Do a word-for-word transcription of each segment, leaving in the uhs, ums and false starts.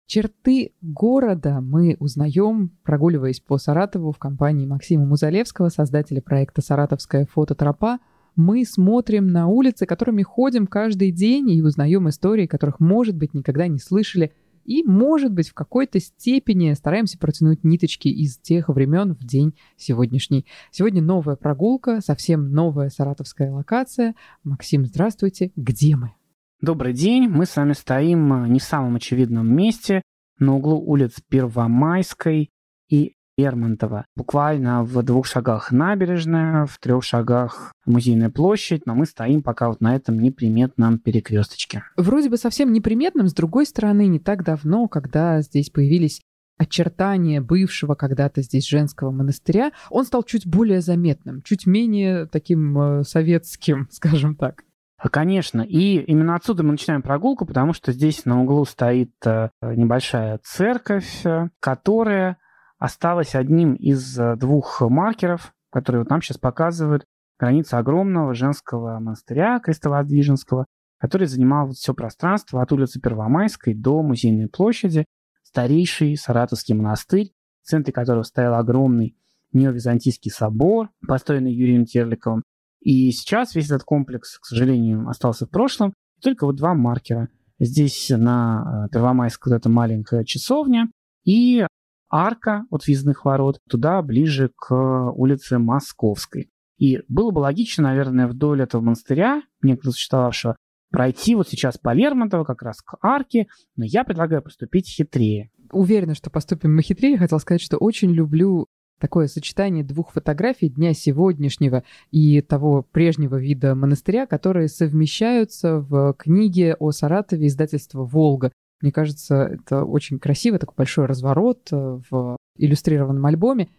Черты города мы узнаем, прогуливаясь по Саратову в компании Максима Музалевского, создателя проекта «Саратовская фототропа». Мы смотрим на улицы, которыми ходим каждый день, и узнаем истории, которых, может быть, никогда не слышали. И, может быть, в какой-то степени стараемся протянуть ниточки из тех времен в день сегодняшний. Сегодня новая прогулка, совсем новая саратовская локация. Максим, здравствуйте. Где мы? Добрый день. Мы с вами стоим не в самом очевидном месте, на углу улиц Первомайской и Лермонтова. Буквально в двух шагах набережная, в трех шагах Музейная площадь, но мы стоим пока вот на этом неприметном перекресточке. Вроде бы совсем неприметным, с другой стороны, не так давно, когда здесь появились очертания бывшего когда-то здесь женского монастыря, он стал чуть более заметным, чуть менее таким э, советским, скажем так. Конечно, и именно отсюда мы начинаем прогулку, потому что здесь на углу стоит небольшая церковь, которая осталась одним из двух маркеров, которые вот нам сейчас показывают границу огромного женского монастыря Крестовоздвиженского, который занимал вот все пространство от улицы Первомайской до Музейной площади, старейший саратовский монастырь, в центре которого стоял огромный неовизантийский собор, построенный Юрием Терликовым. И сейчас весь этот комплекс, к сожалению, остался в прошлом. Только вот два маркера. Здесь на Первомайской вот эта маленькая часовня и арка от въездных ворот туда ближе к улице Московской. И было бы логично, наверное, вдоль этого монастыря, некогда существовавшего, пройти вот сейчас по Лермонтово как раз к арке, но я предлагаю поступить хитрее. Уверена, что поступим мы хитрее. Хотел сказать, что очень люблю такое сочетание двух фотографий дня сегодняшнего и того прежнего вида монастыря, которые совмещаются в книге о Саратове издательства «Волга». Мне кажется, это очень красиво, такой большой разворот в иллюстрированном альбоме.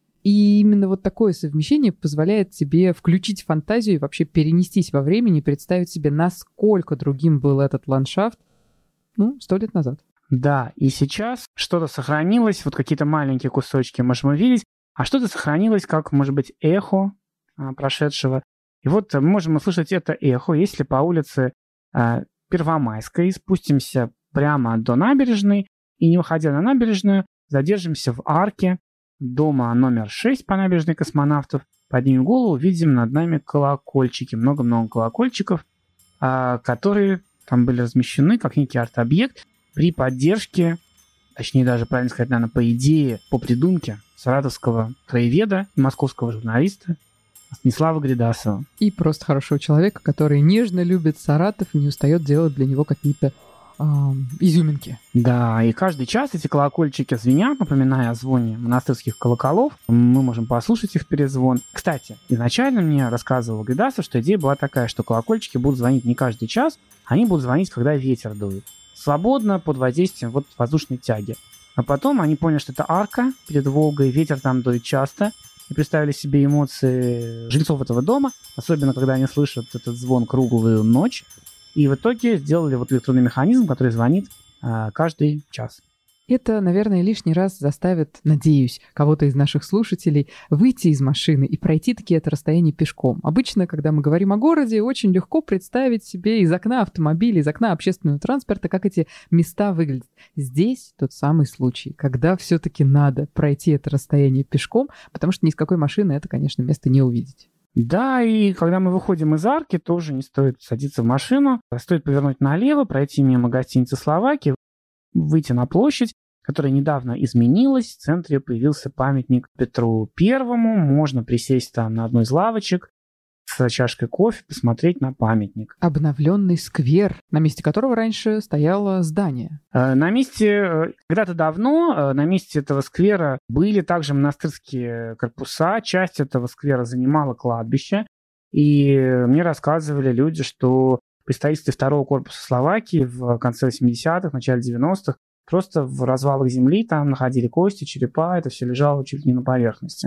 И именно вот такое совмещение позволяет тебе включить фантазию и вообще перенестись во времени, представить себе, насколько другим был этот ландшафт, ну, сто лет назад. Да, и сейчас что-то сохранилось, вот какие-то маленькие кусочки можем увидеть, а что-то сохранилось, как, может быть, эхо а, прошедшего. И вот мы можем услышать это эхо, если по улице а, Первомайской спустимся прямо до набережной и, не выходя на набережную, задержимся в арке дома номер шесть по набережной Космонавтов. Поднимем голову, видим над нами колокольчики, много-много колокольчиков, а, которые там были размещены как некий арт-объект при поддержке, точнее даже, правильно сказать, наверное, по идее, по придумке саратовского краеведа и московского журналиста Станислава Гридасова. И просто хорошего человека, который нежно любит Саратов и не устает делать для него какие-то э, изюминки. Да, и каждый час эти колокольчики звенят, напоминая о звоне монастырских колоколов. Мы можем послушать их перезвон. Кстати, изначально мне рассказывал Гридасов, что идея была такая, что колокольчики будут звонить не каждый час, они будут звонить, когда ветер дует. Свободно, под воздействием вот воздушной тяги. А потом они поняли, что это арка перед Волгой, ветер там дует часто, и представили себе эмоции жильцов этого дома, особенно когда они слышат этот звон круглую ночь, и в итоге сделали вот электронный механизм, который звонит а, каждый час. Это, наверное, лишний раз заставит, надеюсь, кого-то из наших слушателей выйти из машины и пройти таки это расстояние пешком. Обычно, когда мы говорим о городе, очень легко представить себе из окна автомобиля, из окна общественного транспорта, как эти места выглядят. Здесь тот самый случай, когда все-таки надо пройти это расстояние пешком, потому что ни с какой машины это, конечно, место не увидеть. Да, и когда мы выходим из арки, тоже не стоит садиться в машину, стоит повернуть налево, пройти мимо гостиницы «Словакия», выйти на площадь, которая недавно изменилась. В центре появился памятник Петру Первому. Можно присесть там на одной из лавочек с чашкой кофе, посмотреть на памятник. Обновленный сквер, на месте которого раньше стояло здание. На месте, когда-то давно, на месте этого сквера были также монастырские корпуса. Часть этого сквера занимала кладбище. И мне рассказывали люди, что при строительстве второго корпуса Словакии в конце восьмидесятых, начале девяностых просто в развалах земли там находили кости, черепа, это все лежало чуть ли не на поверхности.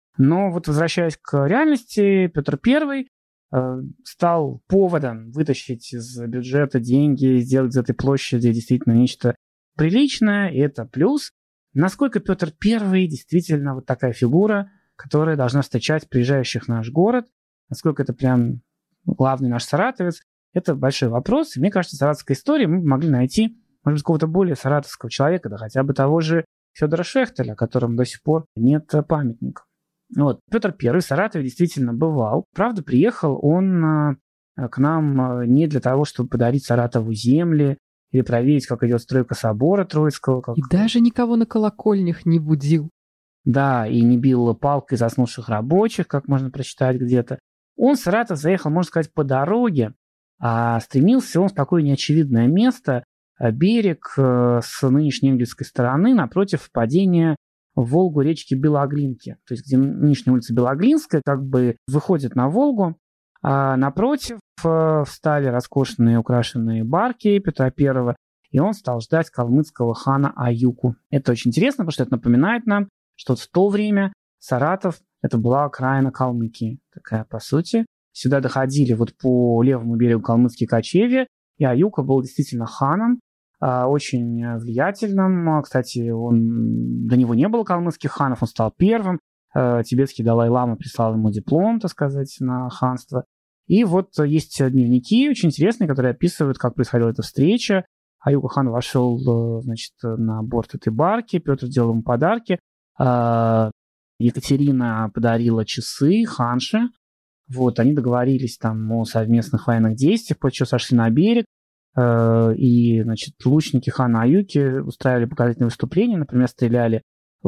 Но вот возвращаясь к реальности, Петр Первый э, стал поводом вытащить из бюджета деньги, сделать из этой площади действительно нечто приличное, и это плюс. Насколько Петр Первый действительно вот такая фигура, которая должна встречать приезжающих в наш город, насколько это прям главный наш саратовец, это большой вопрос. И мне кажется, в саратовской истории мы могли найти может быть, какого-то более саратовского человека, да хотя бы того же Федора Шехтеля, которому до сих пор нет памятника. Вот. Петр Первый в Саратове действительно бывал. Правда, приехал он к нам не для того, чтобы подарить Саратову земли или проверить, как идет стройка собора Троицкого. Как... И даже никого на колокольнях не будил. Да, и не бил палкой заснувших рабочих, как можно прочитать где-то. Он в Саратов заехал, можно сказать, по дороге, а стремился он в такое неочевидное место, берег с нынешней английской стороны напротив впадения в Волгу речки Белоглинки. То есть где нынешняя улица Белоглинская как бы выходит на Волгу, а напротив встали роскошные украшенные барки Петра Первого, и он стал ждать калмыцкого хана Аюку. Это очень интересно, потому что это напоминает нам, что в то время Саратов – это была окраина Калмыкии. Такая, по сути. Сюда доходили вот по левому берегу калмыцкие кочевья, и Аюка был действительно ханом, очень влиятельным. Кстати, он, до него не было калмыцких ханов, он стал первым. Тибетский Далай-лама прислал ему диплом, так сказать, на ханство. И вот есть дневники очень интересные, которые описывают, как происходила эта встреча. Аюка хан вошел, значит, на борт этой барки, Петр делал ему подарки. Екатерина подарила часы ханше. Вот, они договорились там о совместных военных действиях, после чего сошли на берег. И, значит, лучники хана Аюки устраивали показательные выступления, например, стреляли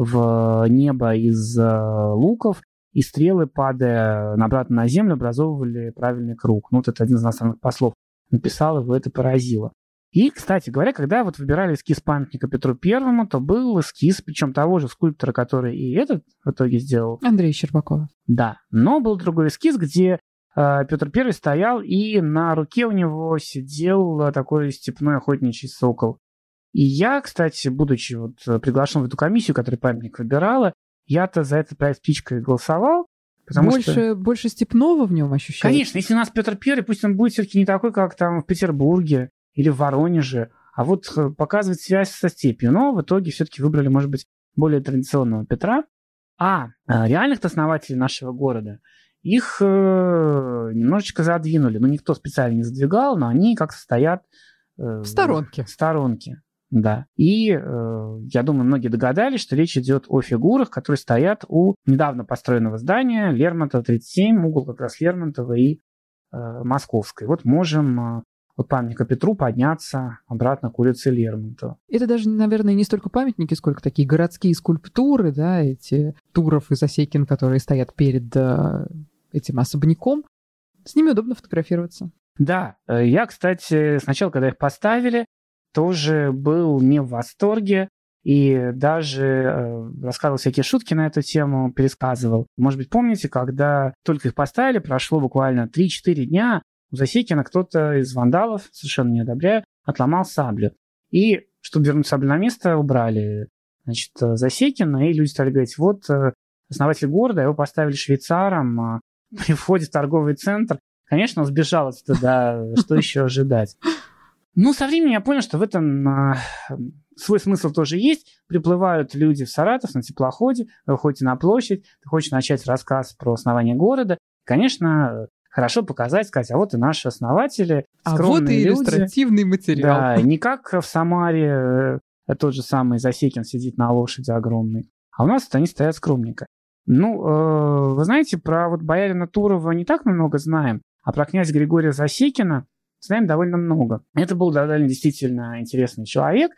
в небо из луков, и стрелы, падая обратно на землю, образовывали правильный круг. Ну, вот это один из иностранных послов написал, его это поразило. И, кстати говоря, когда вот выбирали эскиз памятника Петру Первому, то был эскиз, причем того же скульптора, который и этот в итоге сделал. Андрей Щербаков. Да, но был другой эскиз, где э, Петр Первый стоял, и на руке у него сидел такой степной охотничий сокол. И я, кстати, будучи вот приглашен в эту комиссию, которая памятник выбирала, я-то за этот проект птичкой голосовал. Потому больше, что... больше степного в нем ощущается? Конечно, если у нас Петр Первый, пусть он будет все-таки не такой, как там в Петербурге или в Воронеже, а вот показывает связь со степью. Но в итоге все-таки выбрали, может быть, более традиционного Петра. А реальных основателей нашего города, их э, немножечко задвинули. Ну, никто специально не задвигал, но они как-то стоят... Э, в сторонке. В сторонке, да. И э, я думаю, многие догадались, что речь идет о фигурах, которые стоят у недавно построенного здания Лермонтова тридцать семь, угол как раз Лермонтова и э, Московской. Вот можем... Э, от памятника Петру подняться обратно к улице Лермонтова. Это даже, наверное, не столько памятники, сколько такие городские скульптуры, да, эти Туров и Засекин, которые стоят перед э, этим особняком. С ними удобно фотографироваться. Да, я, кстати, сначала, когда их поставили, тоже был не в восторге и даже э, рассказывал всякие шутки на эту тему, пересказывал. Может быть, помните, когда только их поставили, прошло буквально три-четыре дня, у Засекина кто-то из вандалов, совершенно не одобряю, отломал саблю. И, чтобы вернуть саблю на место, убрали, значит, Засекина, и люди стали говорить, вот основатель города, его поставили швейцаром при входе в торговый центр. Конечно, он сбежал отсюда, да, что еще ожидать. Ну, со временем я понял, что в этом свой смысл тоже есть. Приплывают люди в Саратов на теплоходе, вы выходите на площадь, ты хочешь начать рассказ про основание города. Конечно, хорошо показать, сказать, а вот и наши основатели, а вот и иллюстративный люди. Материал. Да, не как в Самаре тот же самый Засекин сидит на лошади огромной, а у нас вот они стоят скромненько. Ну, э, вы знаете, про вот боярина Турова не так мы много знаем, а про князя Григория Засекина знаем довольно много. Это был довольно действительно интересный человек.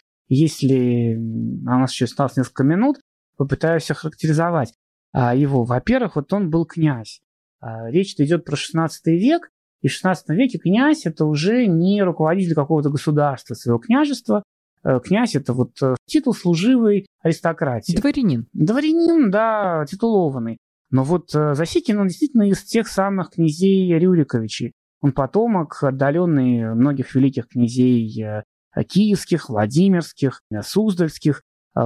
Если у нас еще осталось несколько минут, попытаюсь охарактеризовать его. Во-первых, вот он был князь. Речь идет про шестнадцатый век, и в шестнадцатом веке князь – это уже не руководитель какого-то государства, своего княжества. Князь – это вот титул служивой аристократии. Дворянин. Дворянин, да, титулованный. Но вот Засекин, он действительно из тех самых князей Рюриковичей. Он потомок, отдаленный многих великих князей киевских, владимирских, суздальских.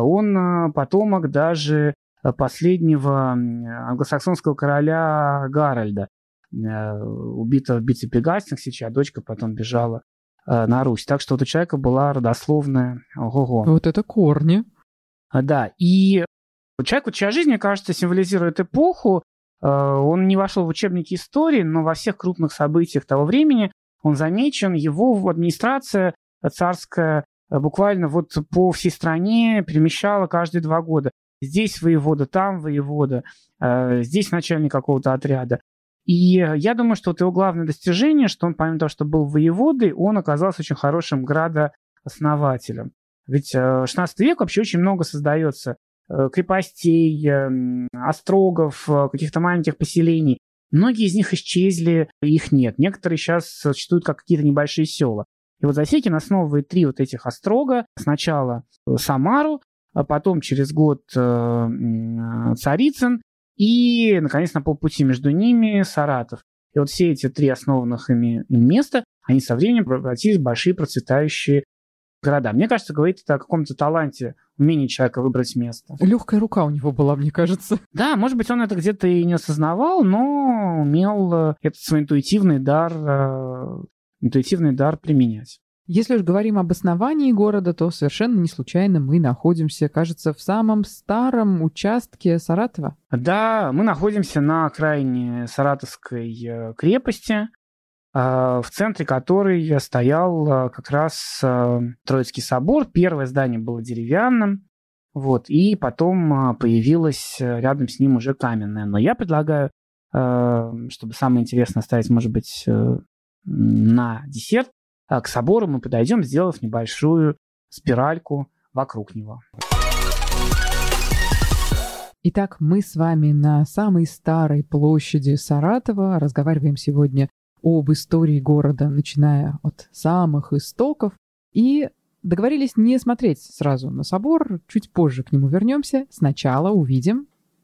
Он потомок даже последнего англосаксонского короля Гарольда, убитого в битве при Гастингсе, чья дочка потом бежала на Русь. Так что вот у человека была родословная ого-го. Вот это корни. Да, и человек, чья жизнь, мне кажется, символизирует эпоху. Он не вошел в учебники истории, но во всех крупных событиях того времени он замечен, его администрация царская буквально вот по всей стране перемещала каждые два года. Здесь воевода, там воевода, здесь начальник какого-то отряда. И я думаю, что вот его главное достижение, что он, помимо того, что был воеводой, он оказался очень хорошим градооснователем. Ведь в шестнадцатом веке вообще очень много создается крепостей, острогов, каких-то маленьких поселений. Многие из них исчезли, их нет. Некоторые сейчас существуют как какие-то небольшие села. И вот Засекин основывает три вот этих острога. Сначала Самару, а потом через год Царицын и, наконец, на полпути между ними Саратов. И вот все эти три основанных ими места, они со временем превратились в большие процветающие города. Мне кажется, говорит это о каком-то таланте, умении человека выбрать место. Легкая рука у него была, мне кажется. Да, может быть, он это где-то и не осознавал, но умел этот свой интуитивный дар, интуитивный дар применять. Если уж говорим об основании города, то совершенно не случайно мы находимся, кажется, в самом старом участке Саратова. Да, мы находимся на окраине Саратовской крепости, в центре которой стоял как раз Троицкий собор. Первое здание было деревянным, вот, и потом появилось рядом с ним уже каменное. Но я предлагаю, чтобы самое интересное оставить, может быть, на десерт, к собору мы подойдем, сделав небольшую спиральку вокруг него. Итак, мы с вами на самой старой площади Саратова разговариваем сегодня об истории города, начиная от самых истоков. И договорились не смотреть сразу на собор, чуть позже к нему вернемся. Сначала увидим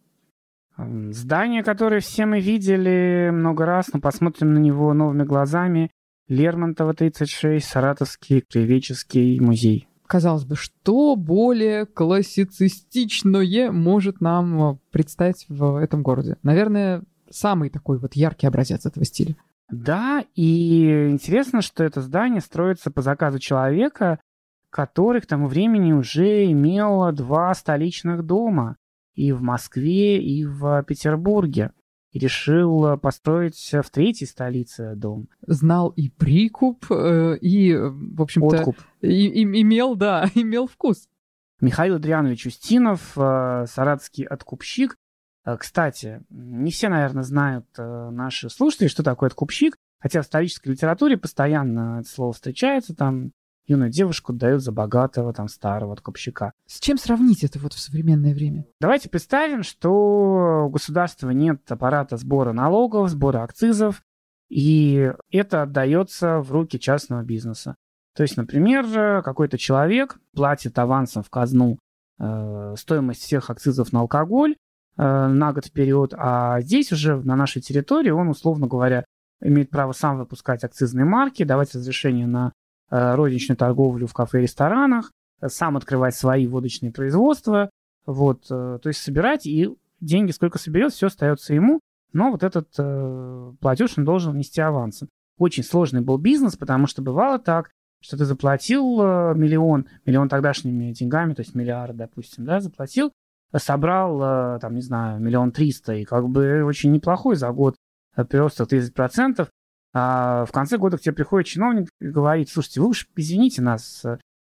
здание, которое все мы видели много раз, но посмотрим на него новыми глазами. Лермонтова, тридцать шесть, Саратовский краеведческий музей. Казалось бы, что более классицистичное может нам представить в этом городе? Наверное, самый такой вот яркий образец этого стиля. Да, и интересно, что это здание строится по заказу человека, который к тому времени уже имел два столичных дома и в Москве, и в Петербурге. И решил построить в третьей столице дом. Знал и прикуп, и, в общем-то, Откуп. И, и, имел, да, имел вкус. Михаил Адрианович Устинов, саратовский откупщик. Кстати, не все, наверное, знают наши слушатели, что такое откупщик, хотя в исторической литературе постоянно это слово встречается, там юную девушку дают за богатого, там, старого откупщика. С чем сравнить это вот в современное время? Давайте представим, что у государства нет аппарата сбора налогов, сбора акцизов, и это отдается в руки частного бизнеса. То есть, например, какой-то человек платит авансом в казну э, стоимость всех акцизов на алкоголь э, на год вперед, а здесь уже на нашей территории он, условно говоря, имеет право сам выпускать акцизные марки, давать разрешение на розничную торговлю в кафе и ресторанах, сам открывать свои водочные производства, вот, то есть собирать, и деньги сколько соберет, все остается ему, но вот этот э, платеж он должен нести авансом. Очень сложный был бизнес, потому что бывало так, что ты заплатил э, миллион, миллион тогдашними деньгами, то есть миллиард, допустим, да, заплатил, собрал, э, там, не знаю, миллион триста, и как бы очень неплохой за год прирост тридцать процентов, а в конце года к тебе приходит чиновник и говорит: слушайте, вы уж извините нас,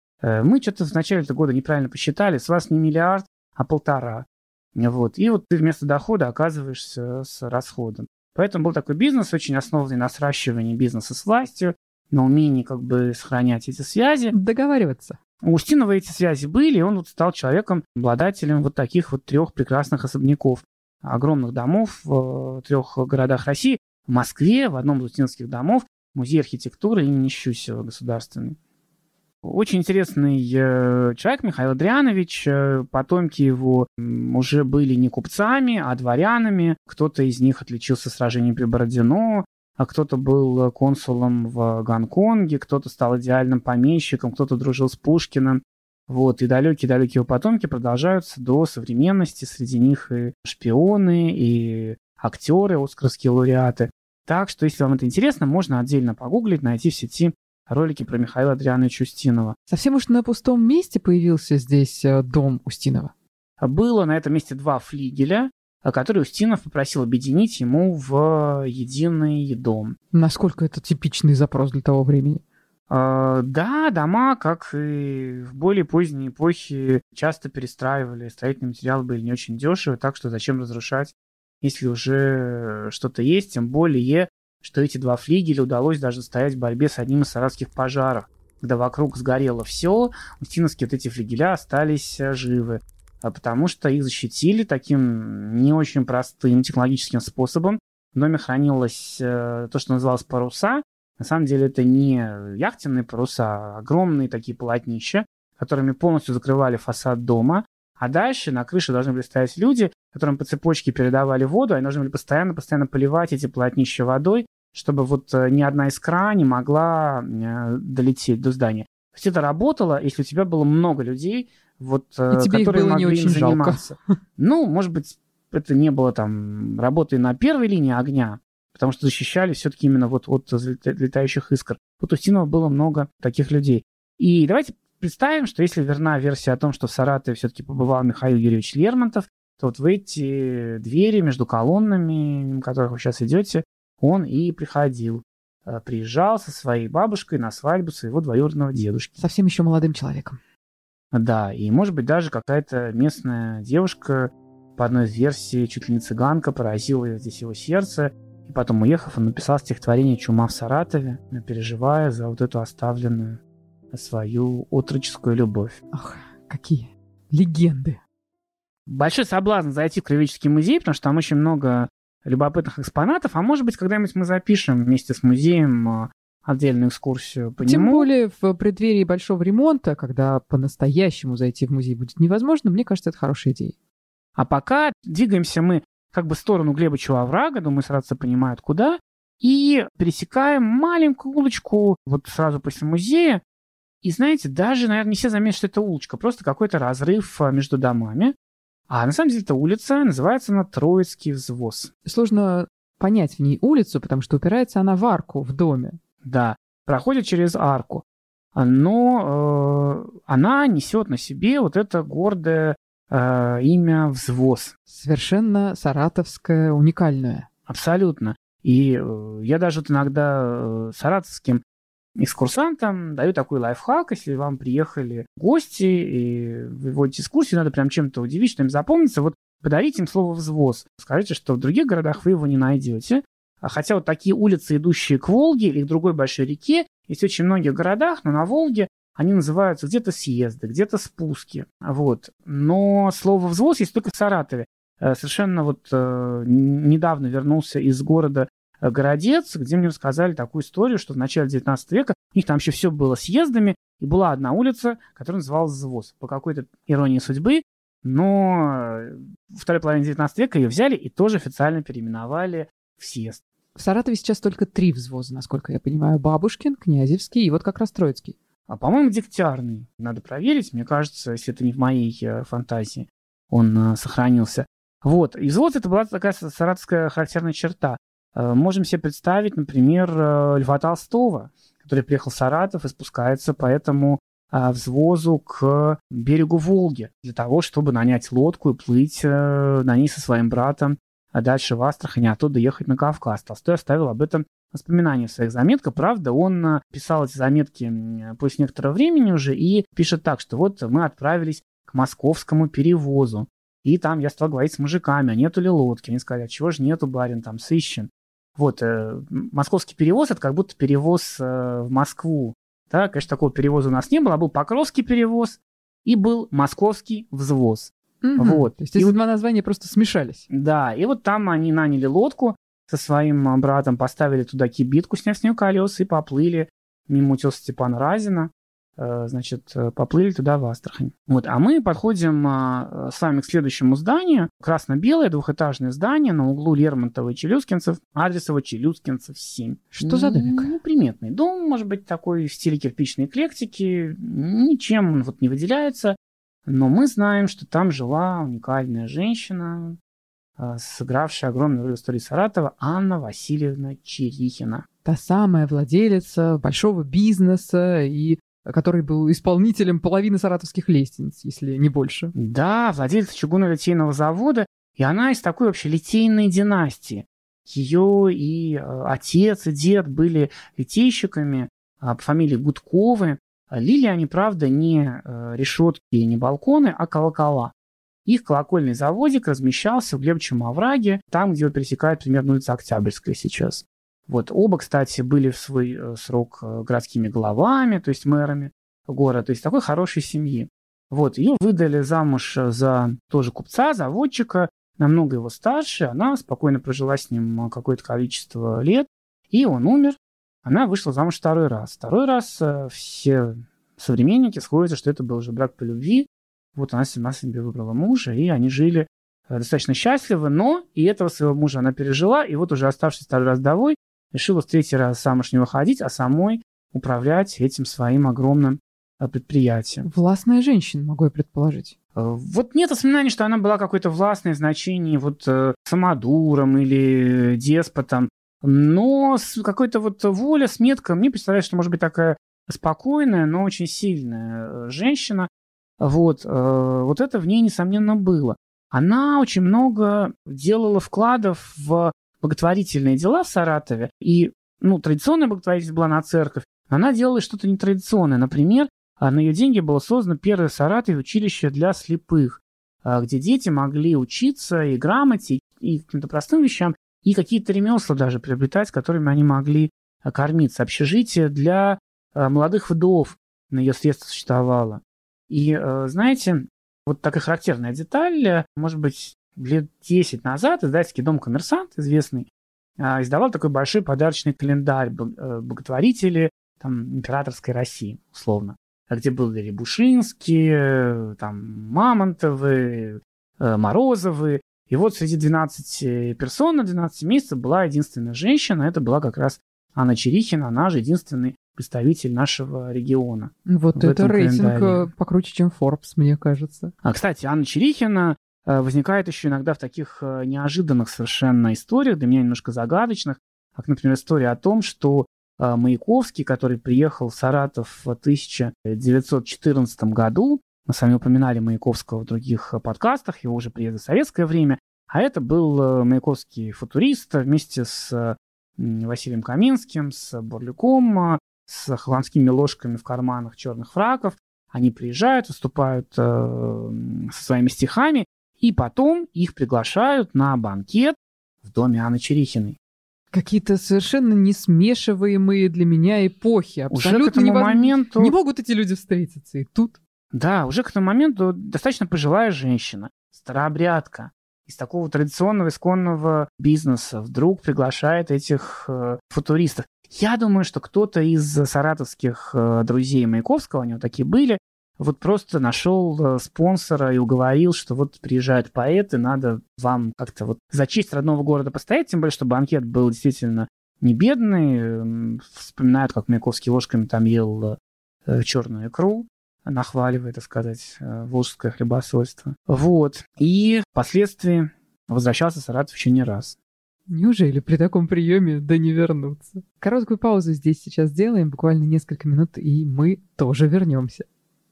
мы что-то в начале этого года неправильно посчитали, с вас не миллиард, а полтора. Вот. И вот ты вместо дохода оказываешься с расходом. Поэтому был такой бизнес, очень основанный на сращивании бизнеса с властью, на умении как бы сохранять эти связи. Договариваться. У Устинова эти связи были, и он вот стал человеком, обладателем вот таких вот трех прекрасных особняков, огромных домов в трех городах России. В Москве, в одном из устиновских домов, музей архитектуры имени Щусева государственный. Очень интересный человек Михаил Адрианович. Потомки его уже были не купцами, а дворянами. Кто-то из них отличился в сражении при Бородино, а кто-то был консулом в Гонконге, кто-то стал идеальным помещиком, кто-то дружил с Пушкиным. Вот, и далекие-далекие его потомки продолжаются до современности. Среди них и шпионы, и актеры, оскаровские лауреаты. Так что, если вам это интересно, можно отдельно погуглить, найти в сети ролики про Михаила Адриановича Устинова. Совсем уж на пустом месте появился здесь дом Устинова. Было на этом месте два флигеля, которые Устинов попросил объединить ему в единый дом. Насколько это типичный запрос для того времени? Э, да, дома, как и в более поздней эпохе, часто перестраивали. Строительные материалы были не очень дешевы, так что зачем разрушать, если уже что-то есть, тем более, что эти два флигеля удалось даже стоять в борьбе с одним из саратовских пожаров, когда вокруг сгорело все, устиновские вот эти флигеля остались живы, потому что их защитили таким не очень простым технологическим способом. В доме хранилось то, что называлось паруса. На самом деле это не яхтенные паруса, а огромные такие полотнища, которыми полностью закрывали фасад дома. А дальше на крыше должны были стоять люди, которым по цепочке передавали воду, они должны были постоянно-постоянно поливать эти полотнища водой, чтобы вот ни одна искра не могла долететь до здания. То есть это работало, если у тебя было много людей, вот, которые могли не очень заниматься. Жалко. Ну, может быть, это не было там работой на первой линии огня, потому что защищали все-таки именно вот от летающих искр. Вот у Устинова было много таких людей. И давайте представим, что если верна версия о том, что в Саратове все-таки побывал Михаил Юрьевич Лермонтов, то вот в эти двери между колоннами, мимо которых вы сейчас идете, он и приходил. Приезжал со своей бабушкой на свадьбу своего двоюродного дедушки. Совсем еще молодым человеком. Да, и может быть даже какая-то местная девушка, по одной из версий, чуть ли не цыганка, поразила здесь его сердце. И потом, уехав, он написал стихотворение «Чума в Саратове», переживая за вот эту оставленную свою отроческую любовь. Ах, какие легенды. Большой соблазн зайти в Краеведческий музей, потому что там очень много любопытных экспонатов, а может быть, когда-нибудь мы запишем вместе с музеем отдельную экскурсию по Тем нему. более в преддверии большого ремонта, когда по-настоящему зайти в музей будет невозможно, мне кажется, это хорошая идея. А пока двигаемся мы как бы в сторону Глебычева оврага, думаю, сразу понимают, куда, и пересекаем маленькую улочку вот сразу после музея. И знаете, даже, наверное, не все заметят, что это улочка, просто какой-то разрыв между домами. А на самом деле эта улица, называется она Троицкий взвоз. Сложно понять в ней улицу, потому что упирается она в арку в доме. Да, проходит через арку. Но э, она несет на себе вот это гордое э, имя взвоз. Совершенно саратовское, уникальное. Абсолютно. И э, я даже вот иногда э, саратовским экскурсантам даю такой лайфхак, если вам приехали гости и вы водите экскурсию, надо прям чем-то удивить, что им запомнится, вот подарите им слово «взвоз». Скажите, что в других городах вы его не найдете. Хотя вот такие улицы, идущие к Волге или к другой большой реке, есть в очень многих городах, но на Волге они называются где-то съезды, где-то спуски. Вот. Но слово «взвоз» есть только в Саратове. Совершенно вот э, недавно вернулся из города Городец, где мне рассказали такую историю, что в начале девятнадцатого века у них там вообще все было съездами, и была одна улица, которая называлась «Взвоз». По какой-то иронии судьбы, но во второй половине девятнадцатого века ее взяли и тоже официально переименовали в съезд. В Саратове сейчас только три взвоза, насколько я понимаю. Бабушкин, Князевский и вот как раз Троицкий. А, по-моему, Дегтярный. Надо проверить. Мне кажется, если это не в моей э, фантазии, он э, сохранился. Вот. И взвоз — это была такая саратовская характерная черта. Э, можем себе представить, например, э, Льва Толстого, который приехал в Саратов и спускается по этому э, взвозу к берегу Волги для того, чтобы нанять лодку и плыть э, на ней со своим братом а дальше в Астрахань, а оттуда ехать на Кавказ. Толстой оставил об этом воспоминания в своих заметках. Правда, он писал эти заметки после некоторого времени уже и пишет так, что вот мы отправились к московскому перевозу. И там я стал говорить с мужиками, а нету ли лодки. Они сказали, а чего же нету, барин, там сыщем. Вот, э, московский перевоз — это как будто перевоз э, в Москву. Да, конечно, такого перевоза у нас не было, а был Покровский перевоз и был московский взвоз. Угу. Вот. То есть эти два названия просто смешались. Да, и вот там они наняли лодку со своим братом, поставили туда кибитку, сняв с нее колеса, и поплыли мимо утеса Степана Разина, значит, поплыли туда, в Астрахань. Вот, а мы подходим с вами к следующему зданию. Красно-белое двухэтажное здание на углу Лермонтова и Челюскинцев, адресово Челюскинцев семь. Что за домик? Неприметный дом, может быть, такой в стиле кирпичной эклектики, ничем он вот не выделяется. Но мы знаем, что там жила уникальная женщина, сыгравшая огромную роль в истории Саратова, Анна Васильевна Черихина. Та самая владелица большого бизнеса, и который был исполнителем половины саратовских лестниц, если не больше. Да, владелица чугунно-литейного завода, и она из такой вообще литейной династии. Ее и отец, и дед были литейщиками. по фамилии Гудковы. Лили они, правда, не решетки, не балконы, а колокола. Их колокольный заводик размещался в Глебовичьем овраге, там, где его пересекает примерно улица Октябрьская сейчас. Вот. Оба, кстати, были в свой срок городскими главами, то есть мэрами города, то есть такой хорошей семьи. Вот. Ее выдали замуж за тоже купца, заводчика, намного его старше. Она спокойно прожила с ним какое-то количество лет, и он умер. Она вышла замуж второй раз. Второй раз все современники сходятся, что это был уже брак по любви. Вот она сама себе выбрала мужа, и они жили достаточно счастливо, но и этого своего мужа она пережила, и вот уже оставшись второй раз вдовой, решила в третий раз замуж не выходить, а самой управлять этим своим огромным предприятием. Властная женщина, могу я предположить. Вот нет воспоминаний, что она была какой-то властной в значении вот самодуром или деспотом, но с какой-то вот воля, сметка, мне представляется, что может быть такая спокойная, но очень сильная женщина. Вот, вот это в ней, несомненно, было. Она очень много делала вкладов в благотворительные дела в Саратове. И, ну, традиционная благотворительность была на церковь. Она делала что-то нетрадиционное. Например, на ее деньги было создано первое в Саратове училище для слепых, где дети могли учиться и грамоте, и каким-то простым вещам, и какие-то ремесла даже приобретать, с которыми они могли кормиться. Общежитие для молодых вдов на ее средства существовало. И, знаете, вот такая характерная деталь, может быть, лет десять назад издательский дом «Коммерсант», известный, издавал такой большой подарочный календарь благотворителей там, императорской России, условно, где были Рябушинские, там, Мамонтовы, Морозовы. И вот среди двенадцати персон на двенадцать месяцев была единственная женщина, это была как раз Анна Черихина, она же единственный представитель нашего региона. Вот это рейтинг календаре. Покруче, чем Forbes, мне кажется. А, кстати, Анна Черихина возникает еще иногда в таких неожиданных совершенно историях, для меня немножко загадочных, как, например, история о том, что Маяковский, который приехал в Саратов в тысяча девятьсот четырнадцатом году, мы с вами упоминали Маяковского в других подкастах, его уже приезд в советское время, а это был Маяковский футурист вместе с Василием Каминским, с Бурлюком, с хованскими ложками в карманах черных фраков. Они приезжают, выступают э, со своими стихами, и потом их приглашают на банкет в доме Анны Черихиной. Какие-то совершенно несмешиваемые для меня эпохи. Абсолютно уже к этому невозможно. моменту... Не могут эти люди встретиться. И тут... Да, уже к этому моменту достаточно пожилая женщина, старообрядка, из такого традиционного исконного бизнеса вдруг приглашает этих э, футуристов. Я думаю, что кто-то из саратовских э, друзей Маяковского, у него такие были, вот просто нашел э, спонсора и уговорил, что вот приезжают поэты, надо вам как-то вот за честь родного города постоять, тем более, что банкет был действительно не бедный. Вспоминают, как Маяковский ложками там ел э, черную икру, нахваливая, так сказать, э, волжское хлебосольство. Вот. И впоследствии возвращался в Саратов еще не раз. Неужели при таком приеме да не вернуться? Короткую паузу здесь сейчас сделаем, буквально несколько минут, и мы тоже вернемся.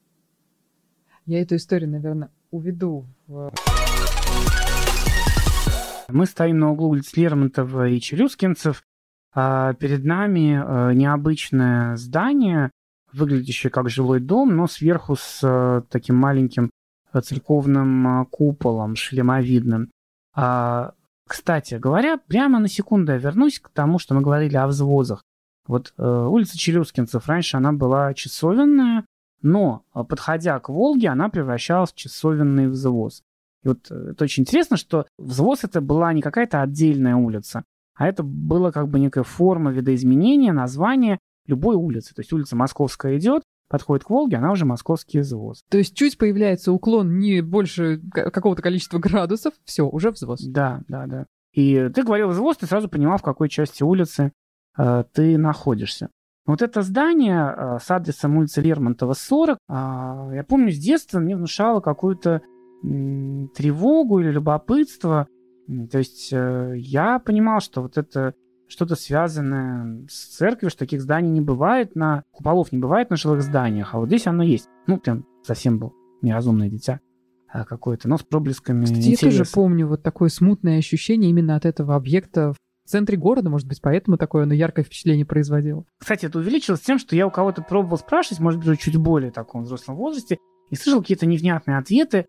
Я эту историю, наверное, уведу в... Мы стоим на углу улиц Лермонтова и Челюскинцев. А перед нами необычное здание, выглядящее как жилой дом, но сверху с таким маленьким церковным куполом шлемовидным. Кстати говоря, прямо на секунду я вернусь к тому, что мы говорили о взвозах. Вот э, улица Челюскинцев, раньше она была часовенная, но, подходя к Волге, она превращалась в часовенный взвоз. И вот это очень интересно, что взвоз это была не какая-то отдельная улица, а это была как бы некая форма видоизменения названия любой улицы. То есть улица Московская идет, подходит к Волге, она уже московский взвоз. То есть чуть появляется уклон не больше какого-то количества градусов, все, уже взвоз. Да, да, да. И ты говорил взвоз, ты сразу понимал, в какой части улицы э, ты находишься. Вот это здание э, с адресом улицы Лермонтова, сорок, э, я помню, с детства мне внушало какую-то э, тревогу или любопытство. То есть э, я понимал, что вот это что-то связанное с церковью, что таких зданий не бывает, на куполов не бывает на жилых зданиях, а вот здесь оно есть. Ну, прям совсем был неразумное дитя какое-то, но с проблесками Кстати, интереса. Я тоже помню вот такое смутное ощущение именно от этого объекта в центре города, может быть, поэтому такое оно яркое впечатление производило. Кстати, это увеличилось тем, что я у кого-то пробовал спрашивать, может быть, уже чуть более таком взрослом возрасте, и слышал какие-то невнятные ответы,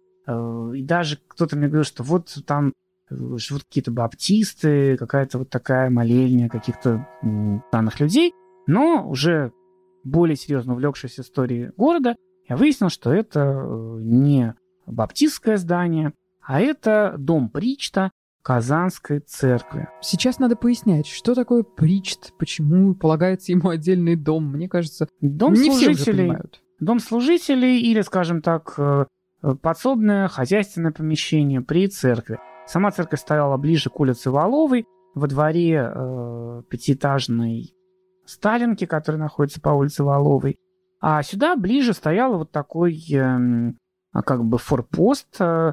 и даже кто-то мне говорил, что вот там живут какие-то баптисты, какая-то вот такая молельня каких-то странных людей, но уже более серьезно увлекшись историей города, я выяснил, что это не баптистское здание, а это дом Причта Казанской церкви. Сейчас надо пояснять, что такое Причт, почему полагается ему отдельный дом. Мне кажется, дом не служителей, все уже понимают. Дом служителей или, скажем так, подсобное хозяйственное помещение при церкви. Сама церковь стояла ближе к улице Воловой, во дворе э, пятиэтажной Сталинки, которая находится по улице Воловой. А сюда ближе стоял вот такой э, как бы форпост э,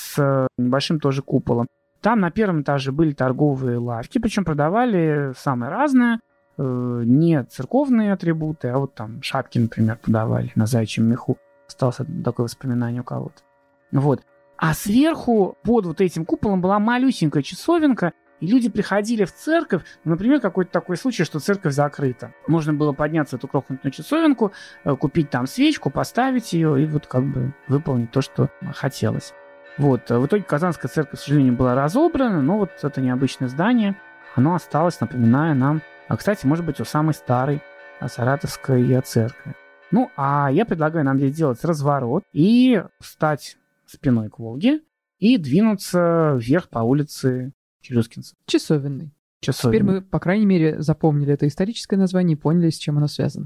с небольшим тоже куполом. Там на первом этаже были торговые лавки, причем продавали самое разное. Э, не церковные атрибуты, а вот там шапки, например, продавали на заячьем меху. Осталось такое воспоминание у кого-то. Вот. А сверху, под вот этим куполом, была малюсенькая часовенка, и люди приходили в церковь, например, какой-то такой случай, что церковь закрыта. Можно было подняться в эту крохотную часовенку, купить там свечку, поставить ее и вот как бы выполнить то, что хотелось. Вот. В итоге Казанская церковь, к сожалению, была разобрана, но вот это необычное здание, оно осталось, напоминая нам, а, кстати, может быть, у самой старой Саратовской церкви. Ну, а я предлагаю нам здесь сделать разворот и встать спиной к Волге и двинуться вверх по улице Челюскинцев. Часовенный. Часовенный. Теперь мы, по крайней мере, запомнили это историческое название и поняли, с чем оно связано.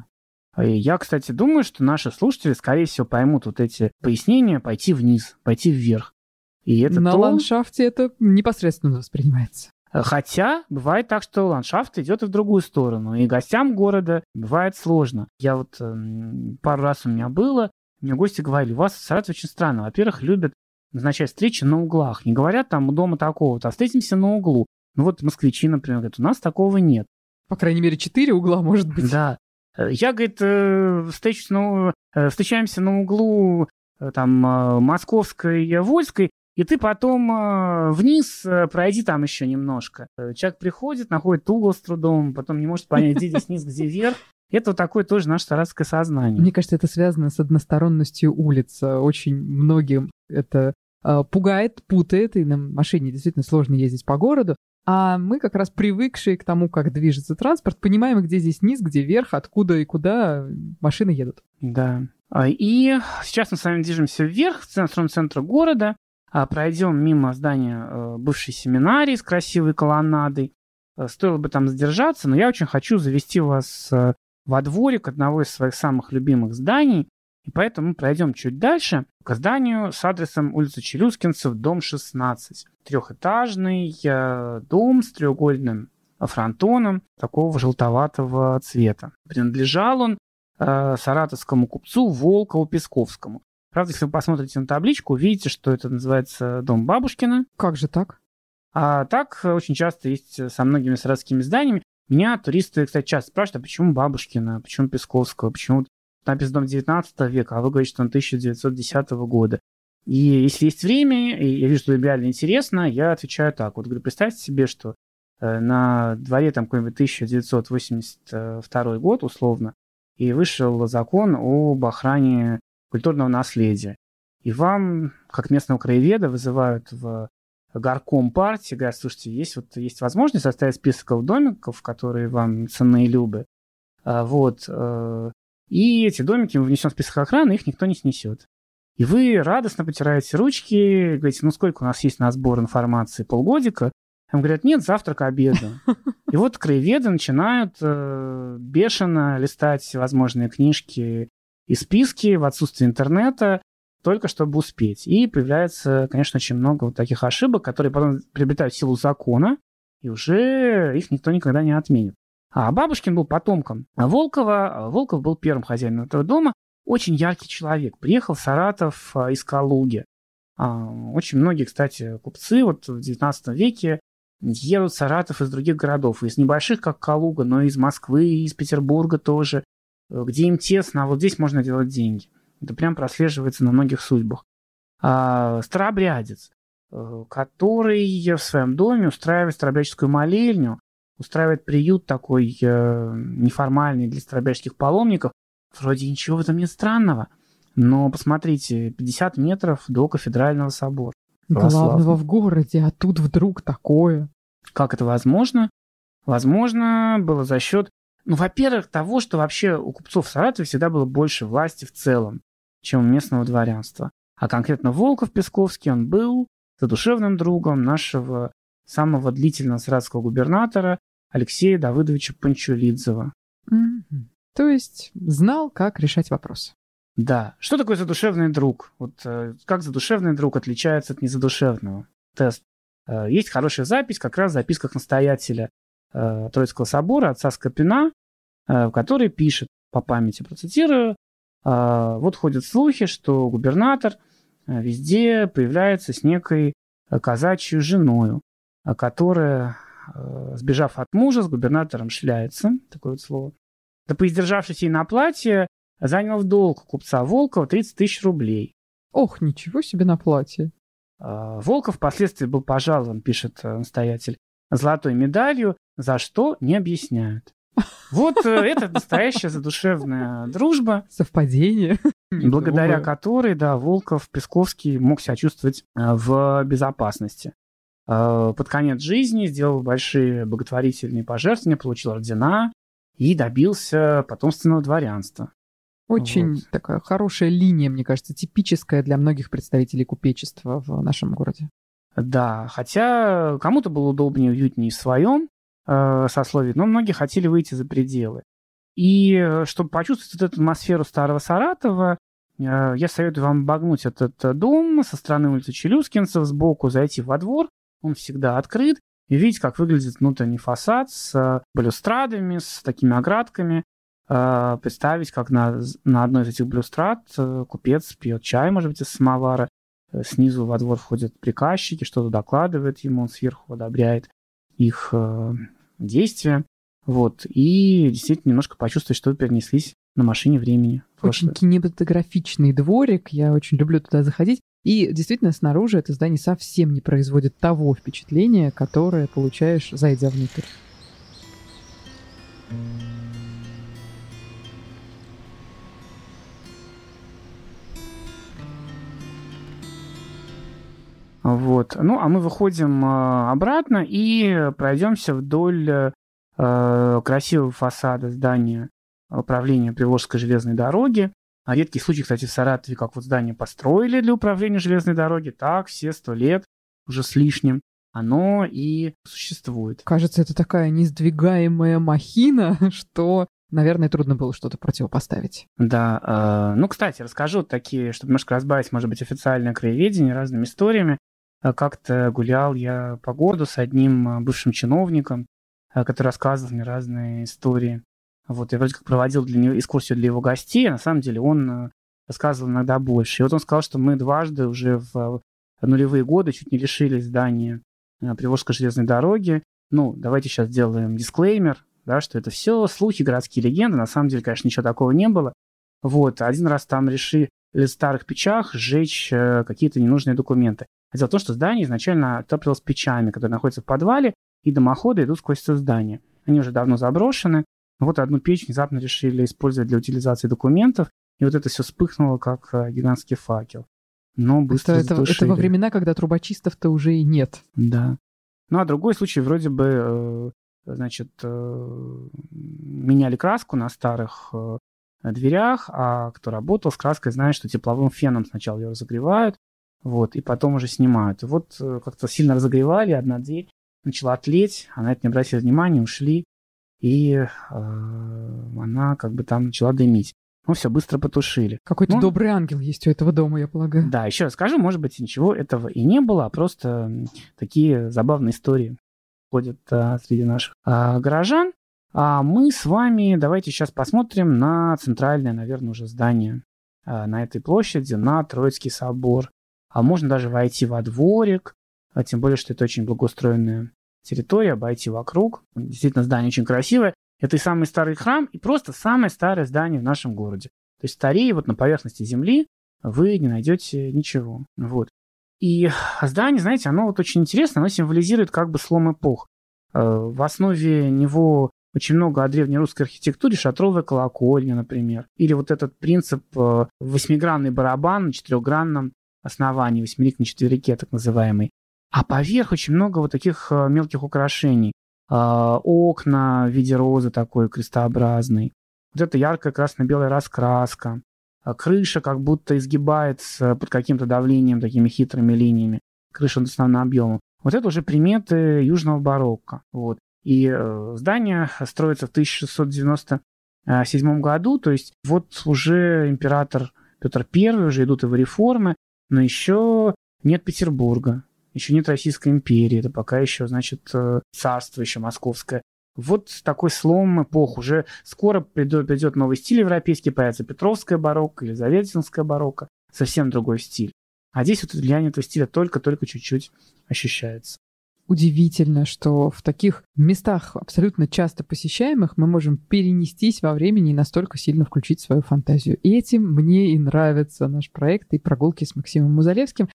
Я, кстати, думаю, что наши слушатели, скорее всего, поймут вот эти пояснения, пойти вниз, пойти вверх. И это На то... ландшафте это непосредственно воспринимается. Хотя бывает так, что ландшафт идет и в другую сторону, и гостям города бывает сложно. Я вот э, пару раз у меня было, мне гости говорили, у вас в Саратове очень странно. Во-первых, любят назначать встречи на углах. Не говорят там у дома такого-то, а встретимся на углу. Ну вот москвичи, например, говорят, у нас такого нет. По крайней мере, четыре угла, может быть. Да. Я, говорит, встречусь, ну, встречаемся на углу там Московской, Вольской, и ты потом вниз пройди там еще немножко. Человек приходит, находит угол с трудом, потом не может понять, где здесь низ, где вверх. Это вот такое тоже наше саратовское сознание. Мне кажется, это связано с односторонностью улиц. Очень многим это э, пугает, путает, и на машине действительно сложно ездить по городу. А мы как раз привыкшие к тому, как движется транспорт, понимаем, где здесь низ, где верх, откуда и куда машины едут. Да. И сейчас мы с вами движемся вверх, в сторону центра города. Пройдем мимо здания бывшей семинарии с красивой колоннадой. Стоило бы там задержаться, но я очень хочу завести вас во дворик одного из своих самых любимых зданий. И поэтому мы пройдем чуть дальше к зданию с адресом улица Челюскинцев, дом шестнадцать. Трехэтажный дом с треугольным фронтоном такого желтоватого цвета. Принадлежал он э, саратовскому купцу Волкову Песковскому. Правда, если вы посмотрите на табличку, увидите, что это называется дом Бабушкина. Как же так? А так очень часто есть со многими саратовскими зданиями. Меня туристы, кстати, часто спрашивают, а почему Бабушкина, почему Песковского, почему написан дом девятнадцатого века, а вы говорите, что он тысяча девятьсот десятого года. И если есть время, и я вижу, что реально интересно, я отвечаю так. Вот говорю, представьте себе, что э, на дворе там какой-нибудь тысяча девятьсот восемьдесят второй год, условно, и вышел закон об охране культурного наследия. И вам, как местного краеведа, вызывают в горком партии, говорят, слушайте, есть, вот, есть возможность составить список домиков, которые вам ценны и любы. А, вот, э, и эти домики мы внесем в список охраны, их никто не снесет. И вы радостно потираете ручки, говорите, ну сколько у нас есть на сбор информации, полгодика? Им говорят, нет, завтра к обеду. И вот краеведы начинают э, бешено листать всевозможные книжки и списки в отсутствии интернета, только чтобы успеть. И появляется, конечно, очень много вот таких ошибок, которые потом приобретают силу закона, и уже их никто никогда не отменит. А Бабушкин был потомком Волкова. Волков был первым хозяином этого дома. Очень яркий человек. Приехал в Саратов из Калуги. Очень многие, кстати, купцы вот в девятнадцатом веке едут в Саратов из других городов. Из небольших, как Калуга, но и из Москвы, и из Петербурга тоже. Где им тесно, а вот здесь можно делать деньги. Это прям прослеживается на многих судьбах. Старообрядец, который в своем доме устраивает старообрядческую молельню, устраивает приют такой э, неформальный для старобрядских паломников. Вроде ничего в этом нет странного. Но посмотрите, пятьдесят метров до кафедрального собора. Главного в городе, а тут вдруг такое. Как это возможно? Возможно, было за счет, ну, во-первых, того, что вообще у купцов в Саратове всегда было больше власти в целом, чем у местного дворянства. А конкретно Волков Песковский, он был задушевным другом нашего самого длительного саратовского губернатора Алексея Давыдовича Панчулидзева. Mm-hmm. То есть знал, как решать вопрос. Да. Что такое задушевный друг? Вот э, как задушевный друг отличается от незадушевного? Тест. Э, есть хорошая запись, как раз в записках настоятеля э, Троицкого собора, отца Скопина, э, в которой пишет, по памяти процитирую, э, вот ходят слухи, что губернатор э, везде появляется с некой э, казачьей женою, э, которая, э, сбежав от мужа, с губернатором шляется, такое вот слово, да поиздержавшись ей на платье, занял в долг купца Волкова тридцать тысяч рублей. Ох, ничего себе на платье. Волков впоследствии был пожалован, пишет настоятель, золотой медалью, за что не объясняют. Вот это настоящая задушевная дружба. Совпадение. Благодаря которой, да, Волков, Песковский мог себя чувствовать в безопасности. Под конец жизни сделал большие благотворительные пожертвования, получил ордена и добился потомственного дворянства. Очень вот. Такая хорошая линия, мне кажется, типическая для многих представителей купечества в нашем городе. Да, хотя кому-то было удобнее, уютнее в своем э, сословии, но многие хотели выйти за пределы. И чтобы почувствовать вот эту атмосферу старого Саратова, э, я советую вам обогнуть этот дом со стороны улицы Челюскинцев, сбоку зайти во двор, он всегда открыт, и видеть, как выглядит внутренний фасад с балюстрадами, с такими оградками. Представить, как на, на одной из этих балюстрад купец пьет чай, может быть, из самовара. Снизу во двор входят приказчики, что-то докладывает ему, он сверху одобряет их э, действия. Вот. И действительно немножко почувствовать, что вы перенеслись на машине времени. Очень кинематографичный дворик, я очень люблю туда заходить. И действительно, снаружи это здание совсем не производит того впечатления, которое получаешь, зайдя внутрь. Вот. Ну, а мы выходим э, обратно и пройдемся вдоль э, красивого фасада здания управления Приволжской железной дороги. А редкий случай, кстати, в Саратове, как вот здание построили для управления железной дороги, так все сто лет, уже с лишним, оно и существует. Кажется, это такая несдвигаемая махина, что, наверное, трудно было что-то противопоставить. Да. Э, ну, кстати, расскажу такие, чтобы немножко разбавить, может быть, официальное краеведение разными историями. Как-то гулял я по городу с одним бывшим чиновником, который рассказывал мне разные истории. Вот, я вроде как проводил для него экскурсию для его гостей, а на самом деле он рассказывал иногда больше. И вот он сказал, что мы дважды уже в нулевые годы чуть не лишились здания Приволжской железной дороги. Ну, давайте сейчас сделаем дисклеймер, да, что это все слухи, городские легенды. На самом деле, конечно, ничего такого не было. Вот, один раз там решили в старых печах сжечь какие-то ненужные документы. Дело в том, что здание изначально отапливалось печами, которые находятся в подвале, и дымоходы идут сквозь это здание. Они уже давно заброшены. Вот одну печь внезапно решили использовать для утилизации документов, и вот это все вспыхнуло, как гигантский факел. Но быстро это, это, это во времена, когда трубочистов-то уже и нет. Да. Ну, а другой случай, вроде бы, значит, меняли краску на старых дверях, а кто работал с краской, знает, что тепловым феном сначала ее разогревают, вот, и потом уже снимают. И вот как-то сильно разогревали, одна дверь начала тлеть, а на это не обратили внимания, ушли, и э, она как бы там начала дымить. Ну, все, быстро потушили. Какой-то ну, добрый ангел есть у этого дома, я полагаю. Да, еще раз скажу, может быть, ничего этого и не было, а просто такие забавные истории ходят а, среди наших а, горожан. А мы с вами давайте сейчас посмотрим на центральное, наверное, уже здание а, на этой площади, на Троицкий собор. А можно даже войти во дворик, а тем более, что это очень благоустроенная территория, обойти вокруг. Действительно, здание очень красивое. Это и самый старый храм, и просто самое старое здание в нашем городе. То есть старее вот на поверхности земли вы не найдете ничего. Вот. И здание, знаете, оно вот очень интересно, оно символизирует как бы слом эпох. В основе него очень много о древнерусской архитектуре, шатровая колокольня, например. Или вот этот принцип восьмигранный барабан на четырехгранном основании, восьмерик на четверике, так называемый. А поверх очень много вот таких мелких украшений. Окна в виде розы такой крестообразной. Вот это яркая красно-белая раскраска. Крыша как будто изгибается под каким-то давлением, такими хитрыми линиями. Крыша с основным объемом. Вот это уже приметы южного барокко. Вот. И э, здание строится в тысяча шестьсот девяносто седьмом году, то есть вот уже император Петр Первый, уже идут его реформы, но еще нет Петербурга, еще нет Российской империи, это пока еще, значит, царство еще московское. Вот такой слом эпох. Уже скоро придет, придет новый стиль европейский, появится Петровская барокко, Елизаветинская барокко, совсем другой стиль. А здесь вот влияние этого стиля только-только чуть-чуть ощущается. Удивительно, что в таких местах абсолютно часто посещаемых мы можем перенестись во времени и настолько сильно включить свою фантазию. И этим мне и нравится наш проект и прогулки с Максимом Музалевским.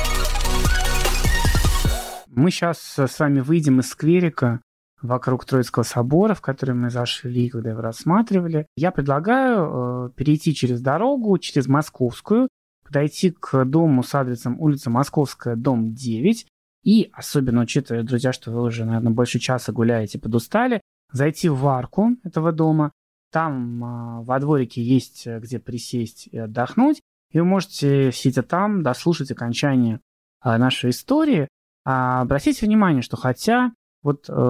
Мы сейчас с вами выйдем из скверика вокруг Троицкого собора, в который мы зашли, когда его рассматривали. Я предлагаю э, перейти через дорогу, через Московскую, подойти к дому с адресом улица Московская, дом девять, и, особенно учитывая, друзья, что вы уже, наверное, больше часа гуляете, подустали, зайти в арку этого дома. Там э, во дворике есть где присесть и отдохнуть, и вы можете, сидя там, дослушать окончание э, нашей истории. А обратите внимание, что хотя вот э,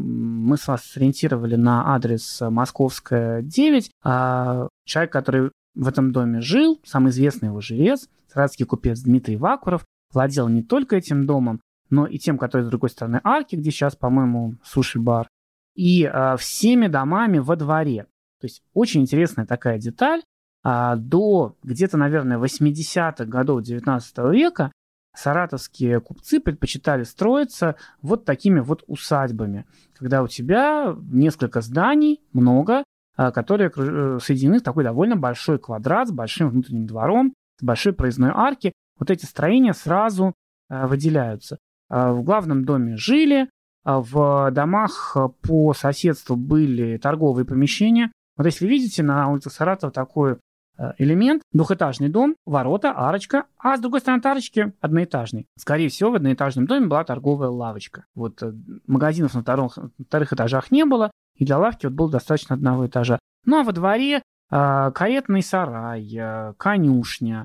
мы с вас сориентировали на адрес Московская, девять, а человек, который в этом доме жил, самый известный его жилец, саратовский купец Дмитрий Вакуров, владел не только этим домом, но и тем, который с другой стороны арки, где сейчас, по-моему, суши-бар, и э, всеми домами во дворе. То есть очень интересная такая деталь. А до где-то, наверное, восьмидесятых годов девятнадцатого века саратовские купцы предпочитали строиться вот такими вот усадьбами, когда у тебя несколько зданий, много, которые соединены в такой довольно большой квадрат с большим внутренним двором, с большой проездной арки. Вот эти строения сразу выделяются. В главном доме жили, в домах по соседству были торговые помещения. Вот если видите, на улице Саратова такой элемент, двухэтажный дом, ворота, арочка, а с другой стороны арочки одноэтажный. Скорее всего, в одноэтажном доме была торговая лавочка. Вот магазинов на втором, вторых этажах не было, и для лавки вот было достаточно одного этажа. Ну а во дворе э, каретный сарай, э, конюшня,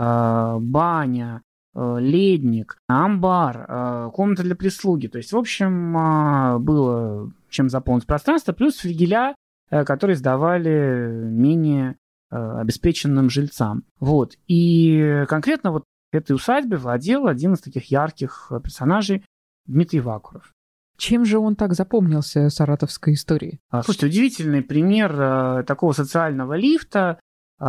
э, баня, э, ледник, амбар, э, комната для прислуги. То есть, в общем, э, было чем заполнить пространство, плюс флигеля, э, которые сдавали менее обеспеченным жильцам. Вот. И конкретно вот этой усадьбой владел один из таких ярких персонажей Дмитрий Вакуров. Чем же он так запомнился саратовской истории? Слушайте, удивительный пример э, такого социального лифта, э,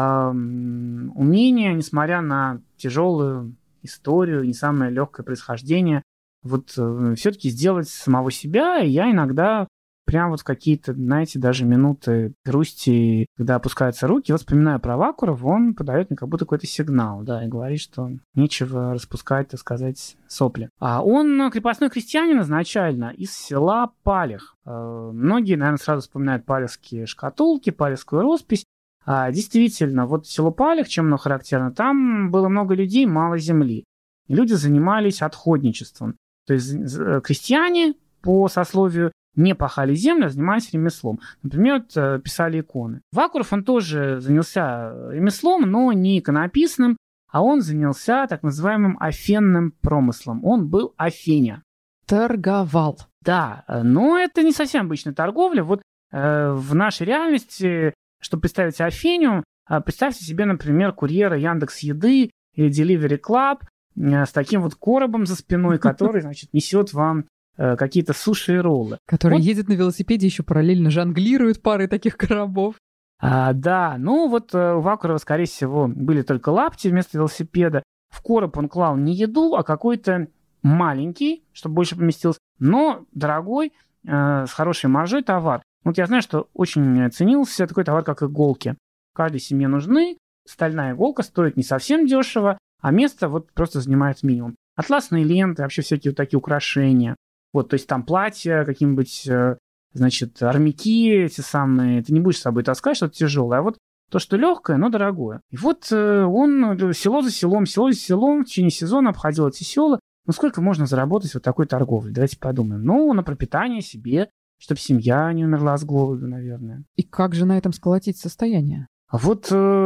умения, несмотря на тяжелую историю, не самое легкое происхождение, вот э, все-таки сделать самого себя. И я иногда прям вот в какие-то, знаете, даже минуты грусти, когда опускаются руки, вот вспоминаю про Вакурова, он подает мне как будто какой-то сигнал, да, и говорит, что нечего распускать, так сказать, сопли. А он крепостной крестьянин изначально из села Палех. Многие, наверное, сразу вспоминают палехские шкатулки, палехскую роспись. А действительно, вот село Палех, чем оно характерно, там было много людей, мало земли. И люди занимались отходничеством. То есть крестьяне по сословию не пахали землю, а занимались ремеслом. Например, писали иконы. Вакуров, он тоже занялся ремеслом, но не иконописным, а он занялся так называемым афенным промыслом. Он был афеня. Торговал. Да, но это не совсем обычная торговля. Вот э, в нашей реальности, чтобы представить афеню, э, представьте себе, например, курьера Яндекс.Еды или Delivery Club э, с таким вот коробом за спиной, который, значит, несет вам какие-то суши и роллы. Который вот. Едет на велосипеде, еще параллельно жонглирует парой таких коробов. А, да, ну вот у Вакурова, скорее всего, были только лапти вместо велосипеда. В короб он клал не еду, а какой-то маленький, чтобы больше поместилось, но дорогой, э, с хорошей маржой товар. Вот я знаю, что очень ценился такой товар, как иголки. Каждой семье нужны. Стальная иголка стоит не совсем дешево, а место вот просто занимает минимум. Атласные ленты, вообще всякие вот такие украшения. Вот, то есть там платья, какие-нибудь, значит, армяки эти самые, ты не будешь с собой таскать что-то тяжелое, а вот то, что легкое, но дорогое. И вот он село за селом, село за селом в течение сезона обходил эти села. Ну, сколько можно заработать вот такой торговлей? Давайте подумаем. Ну, на пропитание себе, чтобы семья не умерла с голоду, наверное. И как же на этом сколотить состояние? Вот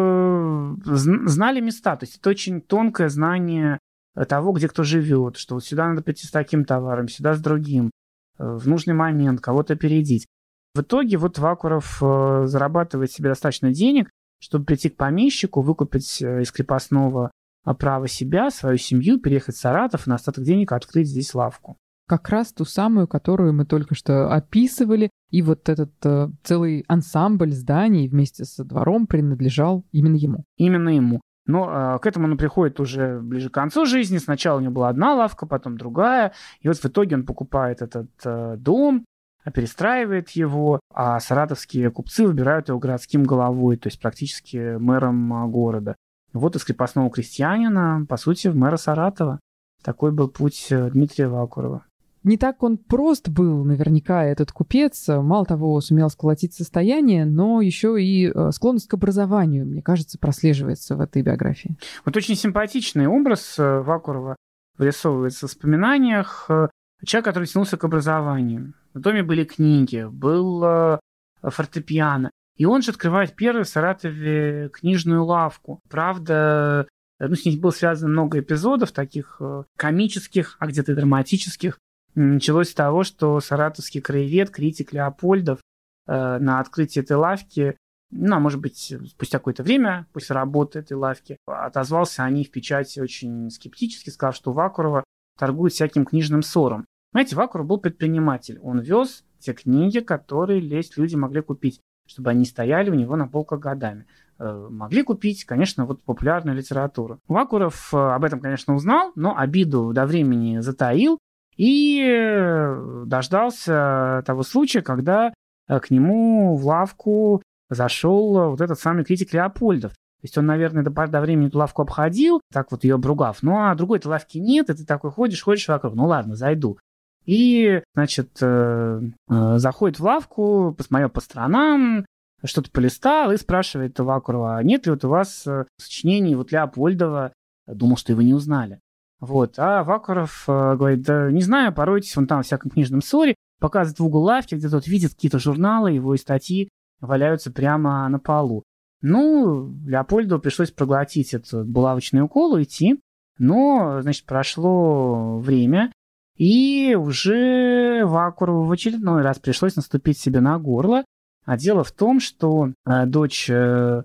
э, знали места. То есть это очень тонкое знание того, где кто живет, что вот сюда надо прийти с таким товаром, сюда с другим, э, в нужный момент кого-то опередить. В итоге вот Вакуров э, зарабатывает себе достаточно денег, чтобы прийти к помещику, выкупить из крепостного права себя, свою семью, переехать в Саратов и на остаток денег открыть здесь лавку. Как раз ту самую, которую мы только что описывали, и вот этот э, целый ансамбль зданий вместе со двором принадлежал именно ему. Именно ему. Но э, к этому он приходит уже ближе к концу жизни. Сначала у него была одна лавка, потом другая. И вот в итоге он покупает этот э, дом, перестраивает его, а саратовские купцы выбирают его городским головой, то есть практически мэром города. Вот из крепостного крестьянина, по сути, в мэра Саратова. Такой был путь Дмитрия Вакурова. Не так он прост был, наверняка, этот купец. Мало того, сумел сколотить состояние, но еще и склонность к образованию, мне кажется, прослеживается в этой биографии. Вот очень симпатичный образ Вакурова вырисовывается в воспоминаниях. Человек, который тянулся к образованию. В доме были книги, был фортепиано. И он же открывает первую в Саратове книжную лавку. Правда, ну, с ней было связано много эпизодов таких комических, а где-то и драматических. Началось с того, что саратовский краевед, критик Леопольдов э, на открытии этой лавки, ну, а может быть, спустя какое-то время, после работы этой лавки, отозвался о ней в печати очень скептически, сказал, что Вакурова торгует всяким книжным ссором. Знаете, Вакуров был предприниматель. Он вез те книги, которые лезть люди могли купить, чтобы они стояли у него на полках годами. Э, могли купить, конечно, вот популярную литературу. Вакуров э, об этом, конечно, узнал, но обиду до времени затаил, и дождался того случая, когда к нему в лавку зашел вот этот самый критик Леопольдов. То есть он, наверное, до, до времени эту лавку обходил, так вот ее обругав. Ну, а другой-то лавки нет, и ты такой ходишь, ходишь вокруг. Ну, ладно, зайду. И, значит, э, э, заходит в лавку, посмотрел по сторонам, что-то полистал и спрашивает у Вакурова, нет ли вот у вас сочинений вот Леопольдова? Думал, что его не узнали. Вот. А Вакуров э, говорит, да не знаю, поройтесь вон там в всяком книжном ссоре, показывает в угол лавки, где тот видит какие-то журналы, его и статьи валяются прямо на полу. Ну, Леопольду пришлось проглотить этот булавочный укол, уйти, но, значит, прошло время, и уже Вакурову в очередной раз пришлось наступить себе на горло. А дело в том, что э, дочь, э,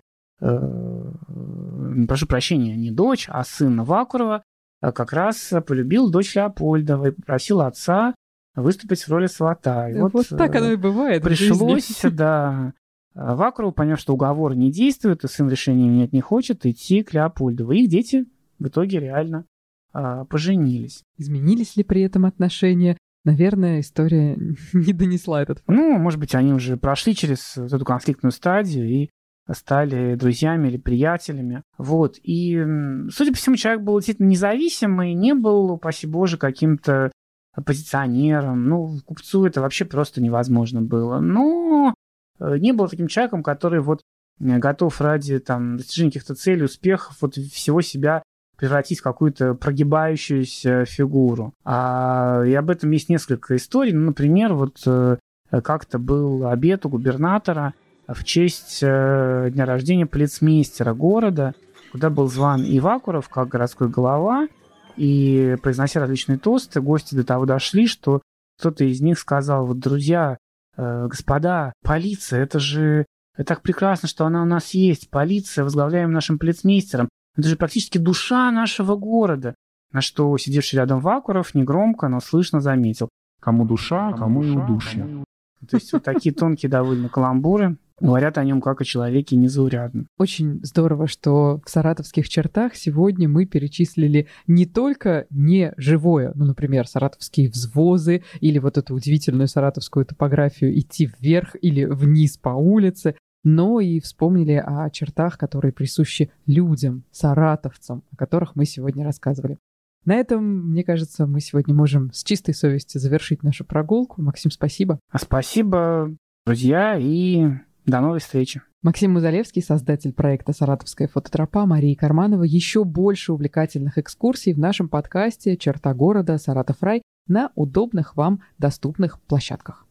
э, прошу прощения, не дочь, а сын Вакурова, как раз полюбил дочь Леопольдова и попросил отца выступить в роли свата. И вот, вот так оно и бывает. Пришлось, да, Вакурову, поняв, что уговор не действует, и сын решения менять не хочет, идти к Леопольдову. Их дети в итоге реально а, поженились. Изменились ли при этом отношения? Наверное, история не донесла этот факт. Ну, может быть, они уже прошли через эту конфликтную стадию и стали друзьями или приятелями. Вот. И, судя по всему, человек был действительно независимый, не был, упаси Боже, каким-то оппозиционером. Ну, купцу это вообще просто невозможно было. Но не был таким человеком, который вот готов ради там, достижения каких-то целей, успехов, вот всего себя превратить в какую-то прогибающуюся фигуру. А, и об этом есть несколько историй. Ну, например, вот как-то был обед у губернатора в честь э, дня рождения полицмейстера города, куда был зван и Вакуров как городской голова, и, произнося различные тосты, гости до того дошли, что кто-то из них сказал, вот, друзья, э, господа, полиция, это же это так прекрасно, что она у нас есть, полиция, возглавляем нашим полицмейстером, это же практически душа нашего города. На что сидевший рядом Вакуров негромко, но слышно заметил, кому душа, кому и удушье. То есть вот такие тонкие довольно каламбуры говорят о нем как о человеке незаурядном. Очень здорово, что в саратовских чертах сегодня мы перечислили не только не живое, ну, например, саратовские взвозы или вот эту удивительную саратовскую топографию идти вверх или вниз по улице, но и вспомнили о чертах, которые присущи людям, саратовцам, о которых мы сегодня рассказывали. На этом, мне кажется, мы сегодня можем с чистой совестью завершить нашу прогулку. Максим, спасибо. Спасибо, друзья, и до новой встречи. Максим Музалевский, создатель проекта «Саратовская фототропа», Мария Карманова. Еще больше увлекательных экскурсий в нашем подкасте «Черта города. Саратов рай» на удобных вам доступных площадках.